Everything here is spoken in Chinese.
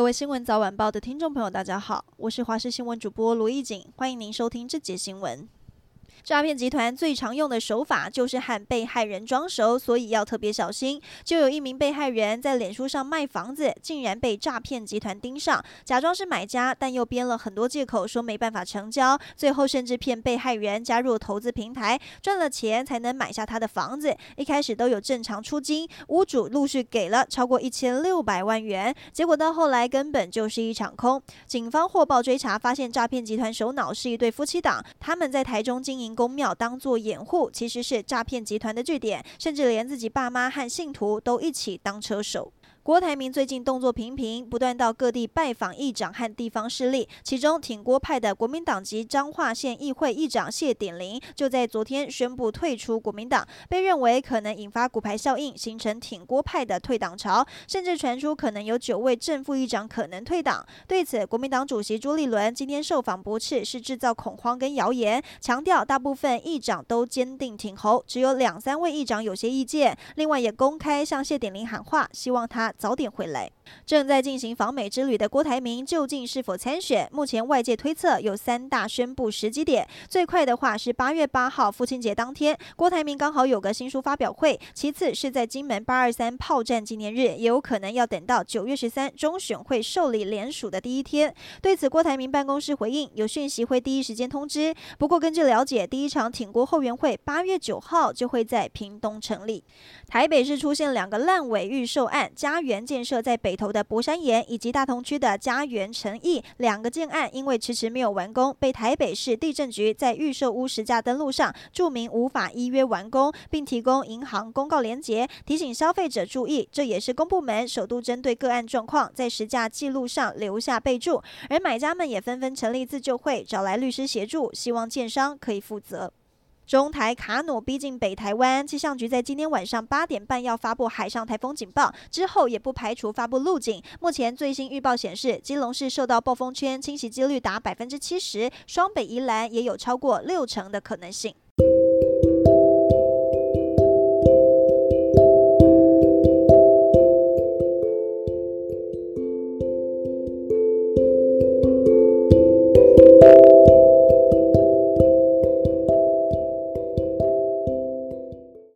位新闻早晚报的听众朋友，大家好，我是华视新闻主播罗艺锦，欢迎您收听这节新闻。诈骗集团最常用的手法就是和被害人装熟，所以要特别小心。就有一名被害人在脸书上卖房子，竟然被诈骗集团盯上，假装是买家，但又编了很多借口说没办法成交，最后甚至骗被害人加入投资平台，赚了钱才能买下他的房子。一开始都有正常出金，屋主陆续给了超过1600万元，结果到后来根本就是一场空。警方获报追查，发现诈骗集团首脑是一对夫妻档，他们在台中经营公庙当作掩护，其实是诈骗集团的据点，甚至连自己爸妈和信徒都一起当车手。郭台铭最近动作频频，不断到各地拜访议长和地方势力，其中挺郭派的国民党籍彰化县议会议长谢典林就在昨天宣布退出国民党，被认为可能引发骨牌效应，形成挺郭派的退党潮，甚至传出可能有9位正副议长可能退党。对此，国民党主席朱立伦今天受访驳斥是制造恐慌跟谣言，强调大部分议长都坚定挺侯，只有2-3位议长有些意见。另外也公开向谢典林喊话，希望他早点回来。正在进行访美之旅的郭台铭究竟是否参选？目前外界推测有3大宣布时机点，最快的话是8月8号父亲节当天，郭台铭刚好有个新书发表会；其次是在金门823炮战纪念日，也有可能要等到9月13中选会受理联署的第一天。对此，郭台铭办公室回应，有讯息会第一时间通知。不过根据了解，第一场挺郭后援会8月9号就会在屏东成立。台北市出现2个烂尾预售案，家园建设在北投的博山岩以及大同区的家园诚毅2个建案，因为迟迟没有完工，被台北市地政局在预售屋实价登录上注明无法依约完工，并提供银行公告连结，提醒消费者注意。这也是公部门首度针对个案状况，在实价记录上留下备注，而买家们也纷纷成立自救会，找来律师协助，希望建商可以负责。中台卡努逼近北台湾，气象局在今天晚上8点半要发布海上台风警报，之后也不排除发布路警。目前最新预报显示，基隆市受到暴风圈侵袭几率达70%，双北宜兰也有超过60%的可能性。